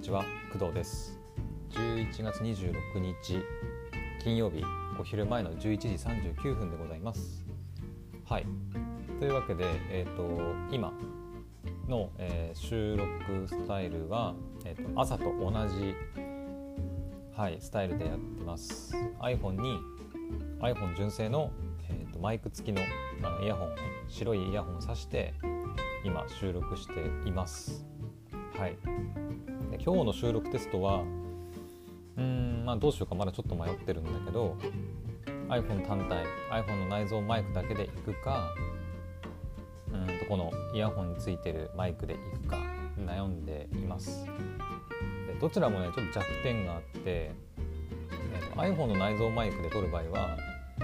ちは、工藤です。11月26日金曜日お昼前の11時39分でございます。はい、というわけで、今の、収録スタイルは、朝と同じ、スタイルでやってます。iPhone 純正の、マイク付きのイヤホン、白いイヤホンを挿して今収録しています。で今日の収録テストはどうしようかまだちょっと迷ってるんだけど iPhone 単体 iPhone の内蔵マイクだけでいくかこのイヤホンについてるマイクでいくか悩んでいます。でどちらもねちょっと弱点があって、iPhone の内蔵マイクで撮る場合は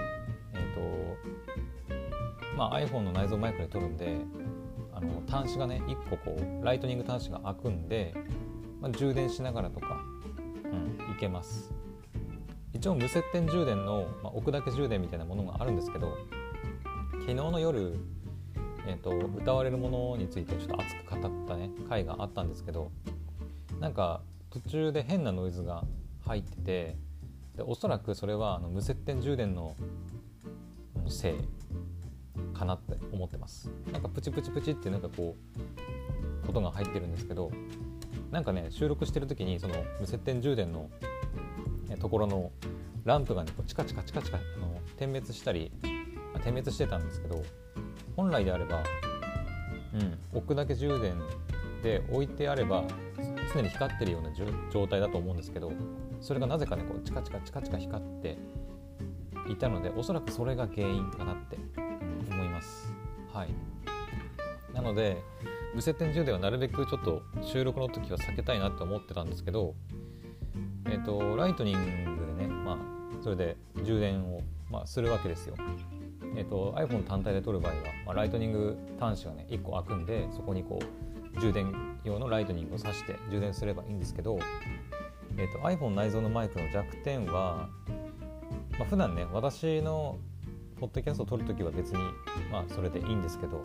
iPhone の内蔵マイクで撮るんで端子がね1個ライトニング端子が開くんで、充電しながらとか、いけます。一応無接点充電の、置くだけ充電みたいなものがあるんですけど、昨日の夜、歌われるものについてちょっと熱く語ったね回があったんですけど、なんか途中で変なノイズが入ってて、でおそらくそれは無接点充電のせいかなって思ってます。なんかプチプチプチってことが入ってるんですけど、なんかね収録してる時にその無接点充電のところのランプがねチカチカ点滅してたんですけど、本来であれば、置くだけ充電で置いてあれば常に光ってるような状態だと思うんですけど、それがなぜかねチカチカ光っていたので、おそらくそれが原因かなって思います。なので無接点充電はなるべくちょっと収録の時は避けたいなって思ってたんですけど、ライトニングでね、それで充電を、するわけですよ。iPhone 単体で撮る場合は、ライトニング端子がね1個開くんで、そこに充電用のライトニングを挿して充電すればいいんですけど、iPhone 内蔵のマイクの弱点は、普段ね私のポッドキャストを撮るときは別にそれでいいんですけど、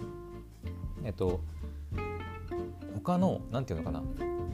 他のなんていうのかな、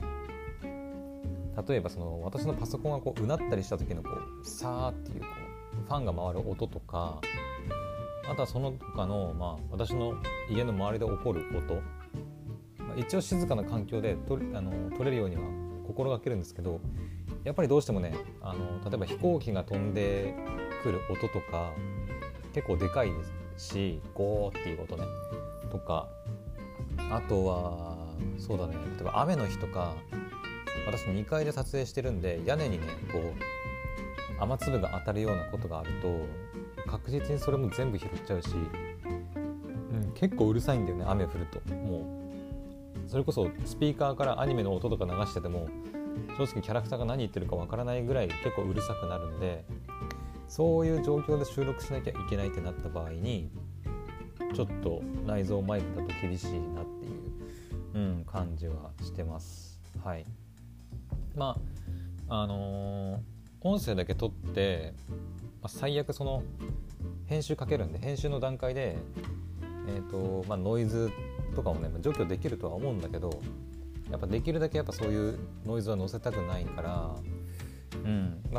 例えばその私のパソコンがうなったりした時のサーっていうファンが回る音とか、あとはその他の私の家の周りで起こる音、一応静かな環境で撮れるようには心がけるんですけど、やっぱりどうしてもね例えば飛行機が飛んでくる音とか結構でかいですし、ゴーっていう音ねとか、あとはそうだね、例えば雨の日とか、私2階で撮影してるんで屋根にね雨粒が当たるようなことがあると確実にそれも全部拾っちゃうし、結構うるさいんだよね。雨降るともうそれこそスピーカーからアニメの音とか流してても正直キャラクターが何言ってるかわからないぐらい結構うるさくなるんで、そういう状況で収録しなきゃいけないってなった場合にちょっと内蔵マイクだと厳しいなっていう、感じはしてます。音声だけ撮って、最悪その編集かけるんで、編集の段階でノイズとかもね除去できるとは思うんだけど、やっぱできるだけそういうノイズは乗せたくないから、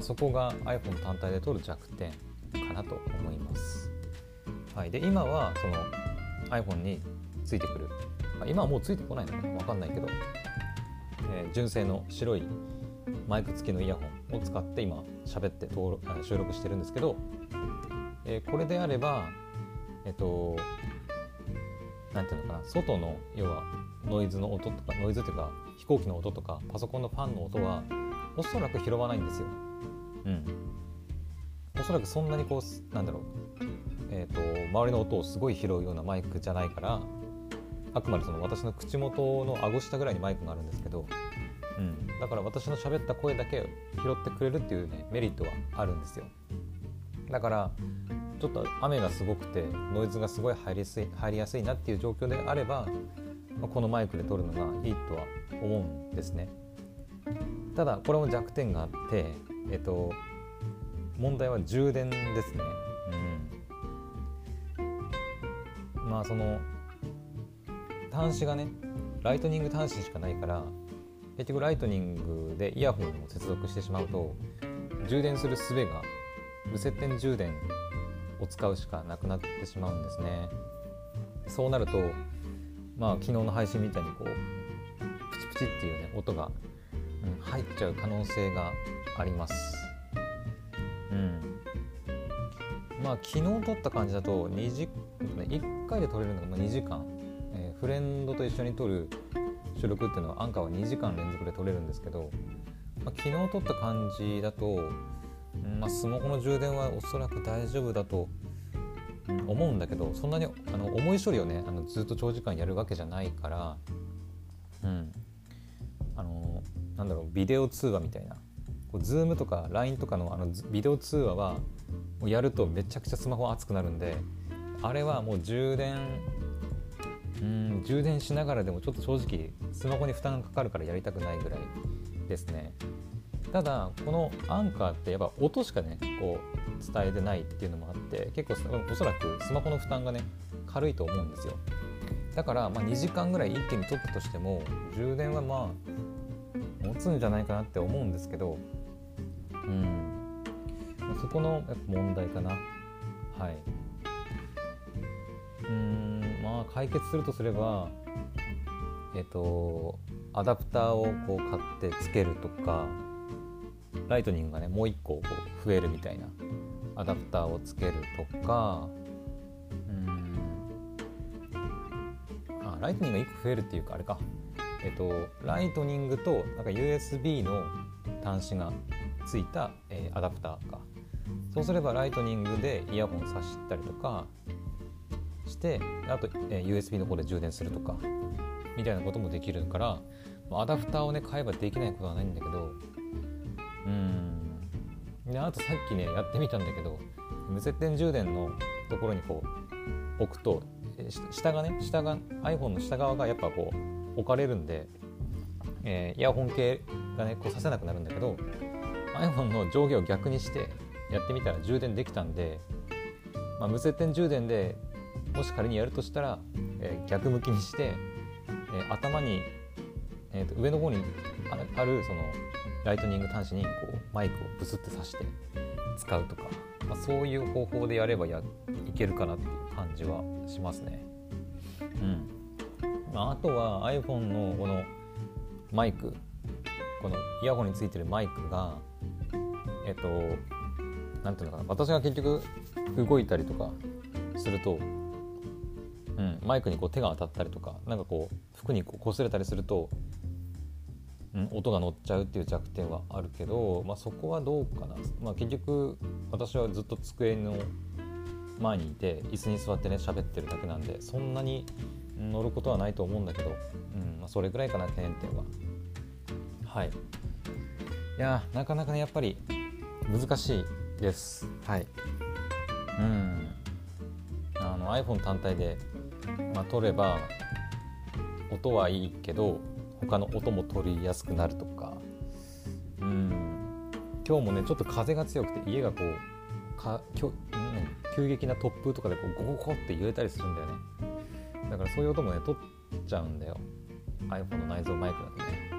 そこが iPhone 単体で撮る弱点かなと思います。で今はその iPhone についてくる、今はもうついてこないのかな分かんないけど、純正の白いマイク付きのイヤホンを使って今喋って収録してるんですけど、これであればなんていうのかな、外の要はノイズの音とか、ノイズというか飛行機の音とかパソコンのファンの音はおそらく拾わないんですよ。おそらくそんなに周りの音をすごい拾うようなマイクじゃないから、あくまでその私の口元の顎下ぐらいにマイクがあるんですけど、だから私の喋った声だけ拾ってくれるっていうねメリットはあるんですよ。だからちょっと雨がすごくてノイズがすごい入りやすいなっていう状況であれば、このマイクで撮るのがいいとは思うんですね。ただこれも弱点があって、問題は充電ですね。その端子がねライトニング端子しかないから、 結局ライトニングでイヤホンを接続してしまうと充電する術が無接点充電を使うしかなくなってしまうんですね。そうなると昨日の配信みたいにこうプチプチっていうね音が、入っちゃう可能性があります。昨日撮った感じだと1回で撮れるのが2時間、フレンドと一緒に撮る収録っていうのはアンカーは2時間連続で撮れるんですけど、昨日撮った感じだと、スマホの充電はおそらく大丈夫だと思うんだけど、そんなに重い処理をねずっと長時間やるわけじゃないから、ビデオ通話みたいなZoom とか LINE とかのビデオ通話はもうやるとめちゃくちゃスマホ熱くなるんで、あれはもう充電しながらでもちょっと正直スマホに負担がかかるからやりたくないぐらいですね。ただこのアンカーってやっぱ音しかねこう伝えてないっていうのもあって、結構おそらくスマホの負担がね軽いと思うんですよ。だから2時間ぐらい一気に取ったとしても充電は持つんじゃないかなって思うんですけど、そこのやっぱ問題かな。解決するとすればアダプターをこう買ってつけるとか、ライトニングがねもう一個こう増えるみたいなアダプターをつけるとか、ライトニングが1個増えるっていうかあれか、ライトニングとなんか USB の端子がついた、アダプターか。そうすればライトニングでイヤホン挿したりとかして、あと、USB の方で充電するとかみたいなこともできるから、アダプターをね買えばできないことはないんだけど、であとさっきねやってみたんだけど、無接点充電のところにこう置くと下が iPhone の下側がやっぱこう置かれるんで、イヤホン系がねこうさせなくなるんだけど、 iPhone の上下を逆にしてやってみたら充電できたんで、無接点充電でもし仮にやるとしたら、逆向きにして、頭に、上の方にあるそのライトニング端子にこうマイクをブスって挿して使うとか、そういう方法でやればいけるかなっていう感じはしますね。あとは iPhone のこのマイク、このイヤホンについてるマイクがなんていうのかな、私が結局動いたりとかすると、マイクにこう手が当たったりとか、なんかこう服にこう擦れたりすると、音が乗っちゃうっていう弱点はあるけど、そこはどうかな。結局私はずっと机の前にいて椅子に座ってね喋ってるだけなんで、そんなに乗ることはないと思うんだけど、それぐらいかな、懸念点は。いやなかなかねやっぱり難しいです。iPhone 単体で、撮れば音はいいけど他の音も取りやすくなるとか、今日もねちょっと風が強くて家がこう急激な突風とかでこうゴコゴコって揺れたりするんだよね。だからそういう音もね取っちゃうんだよ iPhone の内蔵マイクだとね。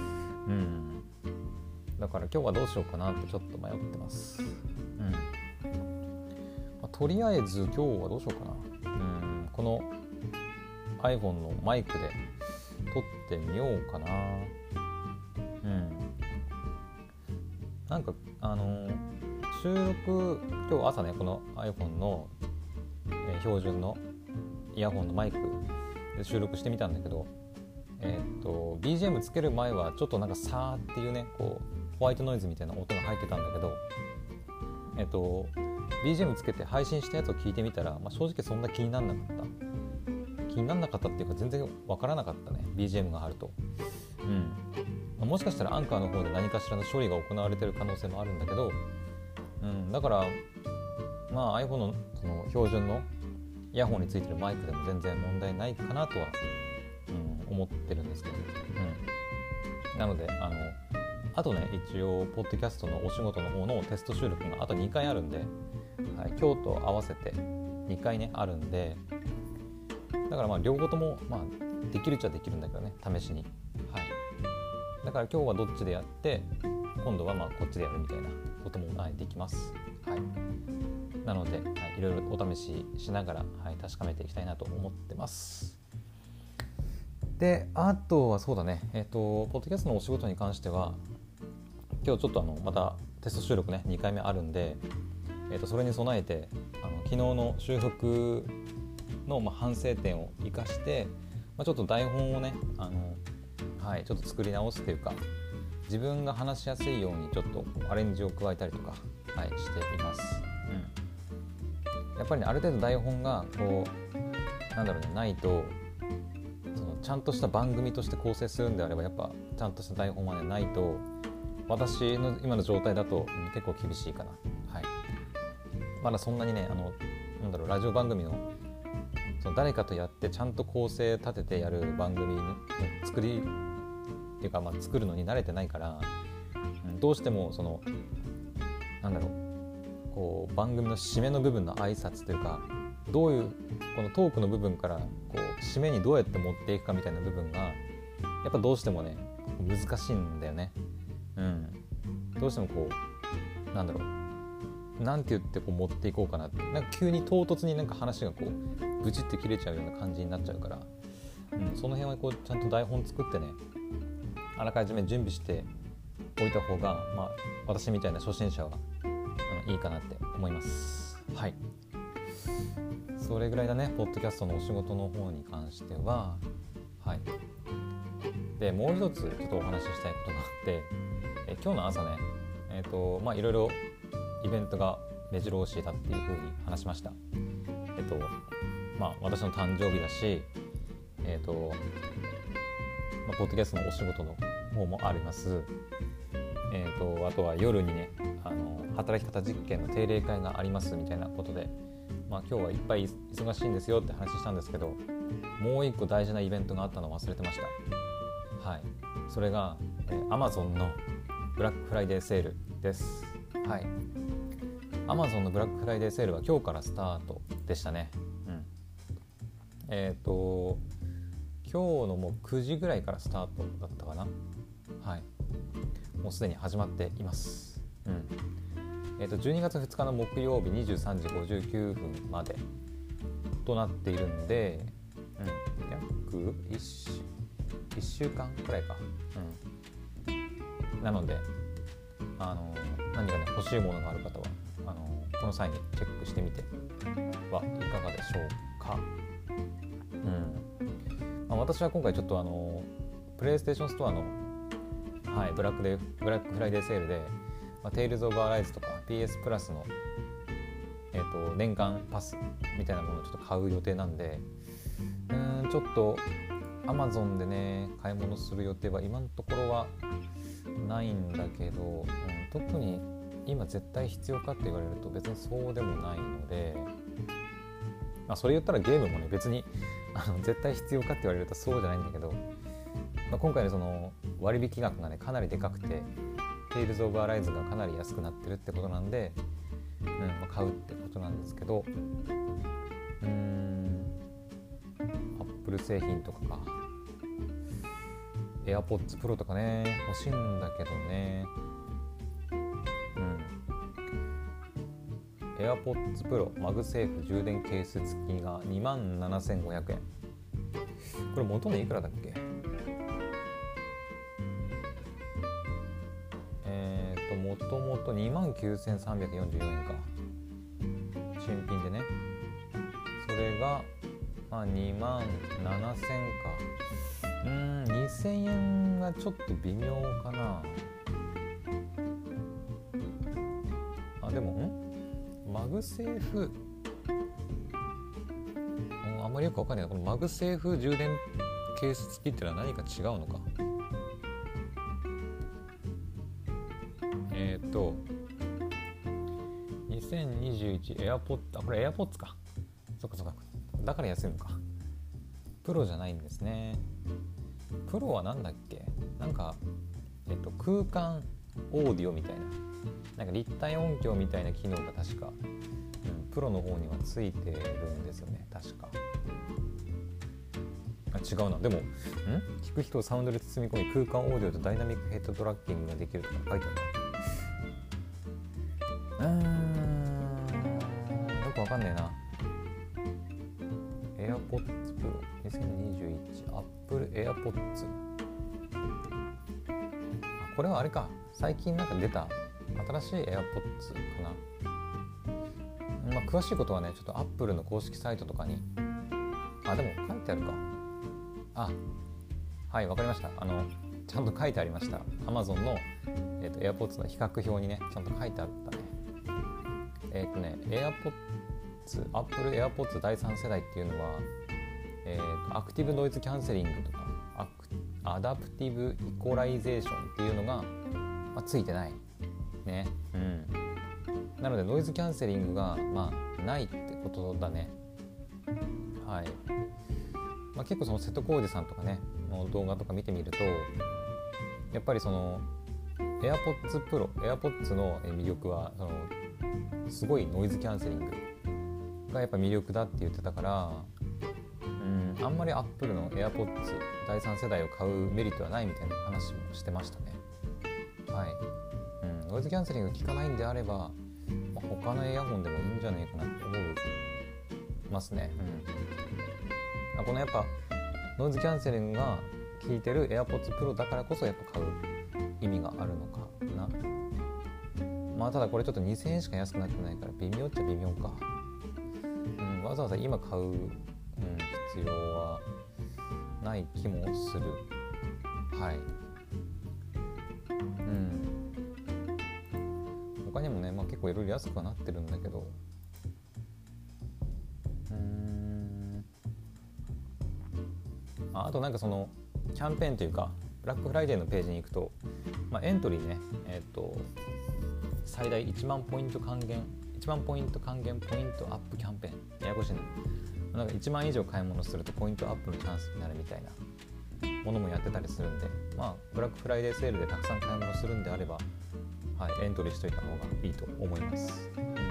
だから今日はどうしようかなってちょっと迷ってます。とりあえず今日はどうしようかな。この iPhone のマイクで撮ってみようかな。なんか収録今日朝ねこの iPhone の、標準のイヤホンのマイクで収録してみたんだけど、BGM つける前はちょっとなんかサーっていうねこうホワイトノイズみたいな音が入ってたんだけど、BGM つけて配信したやつを聞いてみたら、正直そんな気にならなかったっていうか全然わからなかったね BGM があると。もしかしたらアンカーの方で何かしらの処理が行われている可能性もあるんだけど、だから iPhone のその標準のイヤホンについてるマイクでも全然問題ないかなとは、思ってるんですけど、なのであとね一応ポッドキャストのお仕事の方のテスト収録があと2回あるんで、今日と合わせて2回ねあるんで、だから両方ともできるっちゃできるんだけどね試しに。だから今日はどっちでやって今度はまあこっちでやるみたいなことも、できます。はい、なので、いろいろお試ししながら、確かめていきたいなと思ってます。で、あとはそうだね、ポッドキャストのお仕事に関しては今日ちょっとまたテスト収録ね2回目あるんで、それに備えて昨日の収録の反省点を生かして、ちょっと台本をねちょっと作り直すというか、自分が話しやすいようにちょっとアレンジを加えたりとか、しています。やっぱりね、ある程度台本がこうないと、そのちゃんとした番組として構成するんであれば、やっぱちゃんとした台本はねないと、私の今の状態だと、結構厳しいかな。まだそんなにねラジオ番組のその誰かとやってちゃんと構成立ててやる番組の作りっていうか、作るのに慣れてないから、どうしてもそのこう番組の締めの部分の挨拶というか、どういうこのトークの部分からこう締めにどうやって持っていくかみたいな部分がやっぱどうしてもね難しいんだよね。どうしてもこうなんて言ってこう持っていこうかなって、急に唐突に話がこうブチって切れちゃうような感じになっちゃうから、その辺はこうちゃんと台本作ってね、あらかじめ準備しておいた方が、私みたいな初心者はいいかなって思います。はい、それぐらいだね、ポッドキャストのお仕事の方に関しては。で、もう一つちょっとお話ししたいことがあって、今日の朝ね、いろいろイベントが目白押しだっていう風に話しました。私の誕生日だし、ポッドキャストのお仕事の方もあります。あとは夜にね働き方実験の定例会がありますみたいなことで、今日はいっぱい忙しいんですよって話したんですけど、もう一個大事なイベントがあったのを忘れてました。それが、Amazon のブラックフライデーセールです。Amazon のブラックフライデーセールは今日からスタートでしたね。今日のもう9時ぐらいからスタートだったかな。もうすでに始まっています。12月2日の木曜日23時59分までとなっているんで、約1週間くらいか。なので何かね欲しいものがある方はこの際にチェックしてみてはいかがでしょうか。私は今回ちょっとプレイステーションストアの、ブラックフライデーセールで、テイルズ・オブ・アライズとか PS プラスの、年間パスみたいなものをちょっと買う予定なんで、ちょっと Amazon でね買い物する予定は今のところはないんだけど、特に今絶対必要かって言われると別にそうでもないので、それ言ったらゲームもね別に絶対必要かって言われるとそうじゃないんだけど、今回のその割引額がねかなりでかくて、テイルズ・オブ・アライズがかなり安くなってるってことなんで、買うってことなんですけど、Apple 製品とかか AirPods Pro とかね欲しいんだけどね。AirPods Pro マグセーフ充電ケース付きが 27,500 円。これ元値いくらだっけ？もともと 29,344 円か。新品でね。それが、27,000か。2000円はちょっと微妙かな。でもマグセーフ、あんまりよくわかんないな。このマグセーフ充電ケース付きってのは何か違うのか。2021 AirPods、これ AirPods か。そっか。だから安いのか。プロじゃないんですね。プロはなんだっけ？空間オーディオみたいな、立体音響みたいな機能が確か、プロの方にはついてるんですよね。確か違うな。でも聞く人をサウンドで包み込み、空間オーディオとダイナミックヘッドトラッキングができるとか書いてあるな。よくわかんねえな。AirPods Pro 2021 Apple AirPods。これはあれか、最近なんか出た新しい AirPods かな。詳しいことはね、ちょっと Apple の公式サイトとかに、でも書いてあるか。はい、わかりました。ちゃんと書いてありました。Amazon の、AirPods の比較表にね、ちゃんと書いてあったね。Apple AirPods 第3世代っていうのは、アクティブノイズキャンセリングとかアダプティブイコライゼーションっていうのが、ついてないね。なのでノイズキャンセリングが、ないってことだね。はい。結構その瀬戸康史さんとかねの動画とか見てみると、やっぱりその AirPods Pro、AirPods の魅力はそのすごいノイズキャンセリングがやっぱ魅力だって言ってたから、あんまり Apple の AirPods 第3世代を買うメリットはないみたいな話もしてましたね。はい。ノイズキャンセリング効かないんであれば、他のイヤホンでもいいんじゃないかなと思いますね。このやっぱノイズキャンセリングが効いてる AirPods Pro だからこそやっぱ買う意味があるのかな。ただこれちょっと2000円しか安くなってないから微妙っちゃ微妙か。わざわざ今買う、必要はない気もする。はい。他にもね、結構いろいろ安くはなってるんだけど、あとなんかそのキャンペーンというかブラックフライデーのページに行くと、エントリーね、最大1万ポイント還元ポイントアップキャンペーン、ややこしいな。なんか1万以上買い物するとポイントアップのチャンスになるみたいなものもやってたりするんで、ブラックフライデーセールでたくさん買い物するんであれば、エントリーしといた方がいいと思います。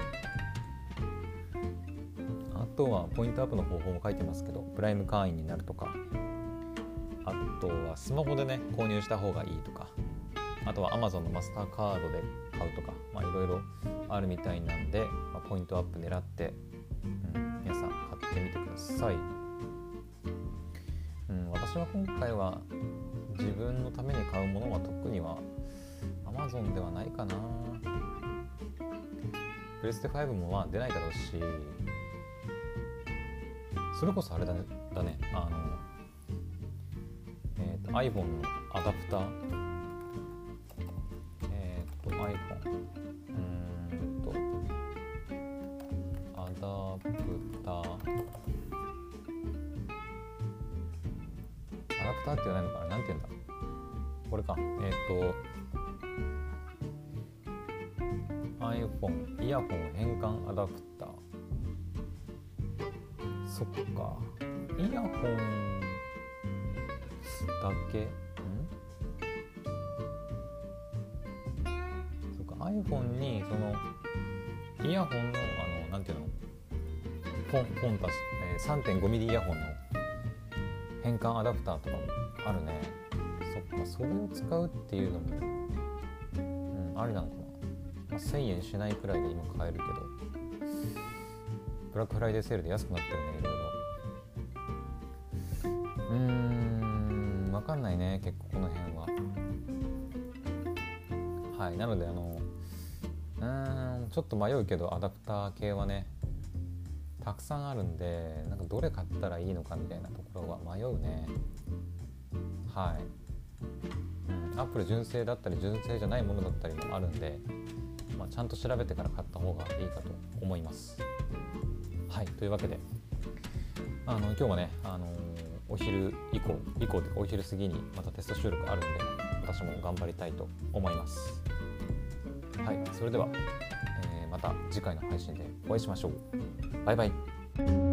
あとはポイントアップの方法も書いてますけど、プライム会員になるとか、あとはスマホでね購入した方がいいとか、あとは Amazon のマスターカードで買うとか、いろいろあるみたいなんで、ポイントアップ狙って、皆さん買ってみてください。私は今回は自分のために買うものは特には Amazon ではないかな。プレステ5も出ないだろうし、それこそあれだね、iPhone のアダプター、iPhone アダプターって言わないのかな、なんて言うんだこれか、iPhone イヤホン変換アダプター。そっか、イヤホンだけそっか、 iPhone にそのイヤホンのなんていうの、ポンタス、3.5mm イヤホンの変換アダプターとかもあるね。そっか、それを使うっていうのも、ありなのかな。1000円しないくらいで今買えるけど、ブラックフライデーセールで安くなってるね、いろいろ。わかんないね、結構この辺は。はい、なのでちょっと迷うけど、アダプター系はねたくさんあるんで、なんかどれ買ったらいいのかみたいなところは迷うね。はい。Apple 純正だったり純正じゃないものだったりもあるんで、ちゃんと調べてから買った方がいいかと思います。はい、というわけで今日はね、お昼以降というかお昼過ぎにまたテスト収録あるんで、私も頑張りたいと思います。はい、それでは、また次回の配信でお会いしましょう。バイバイ。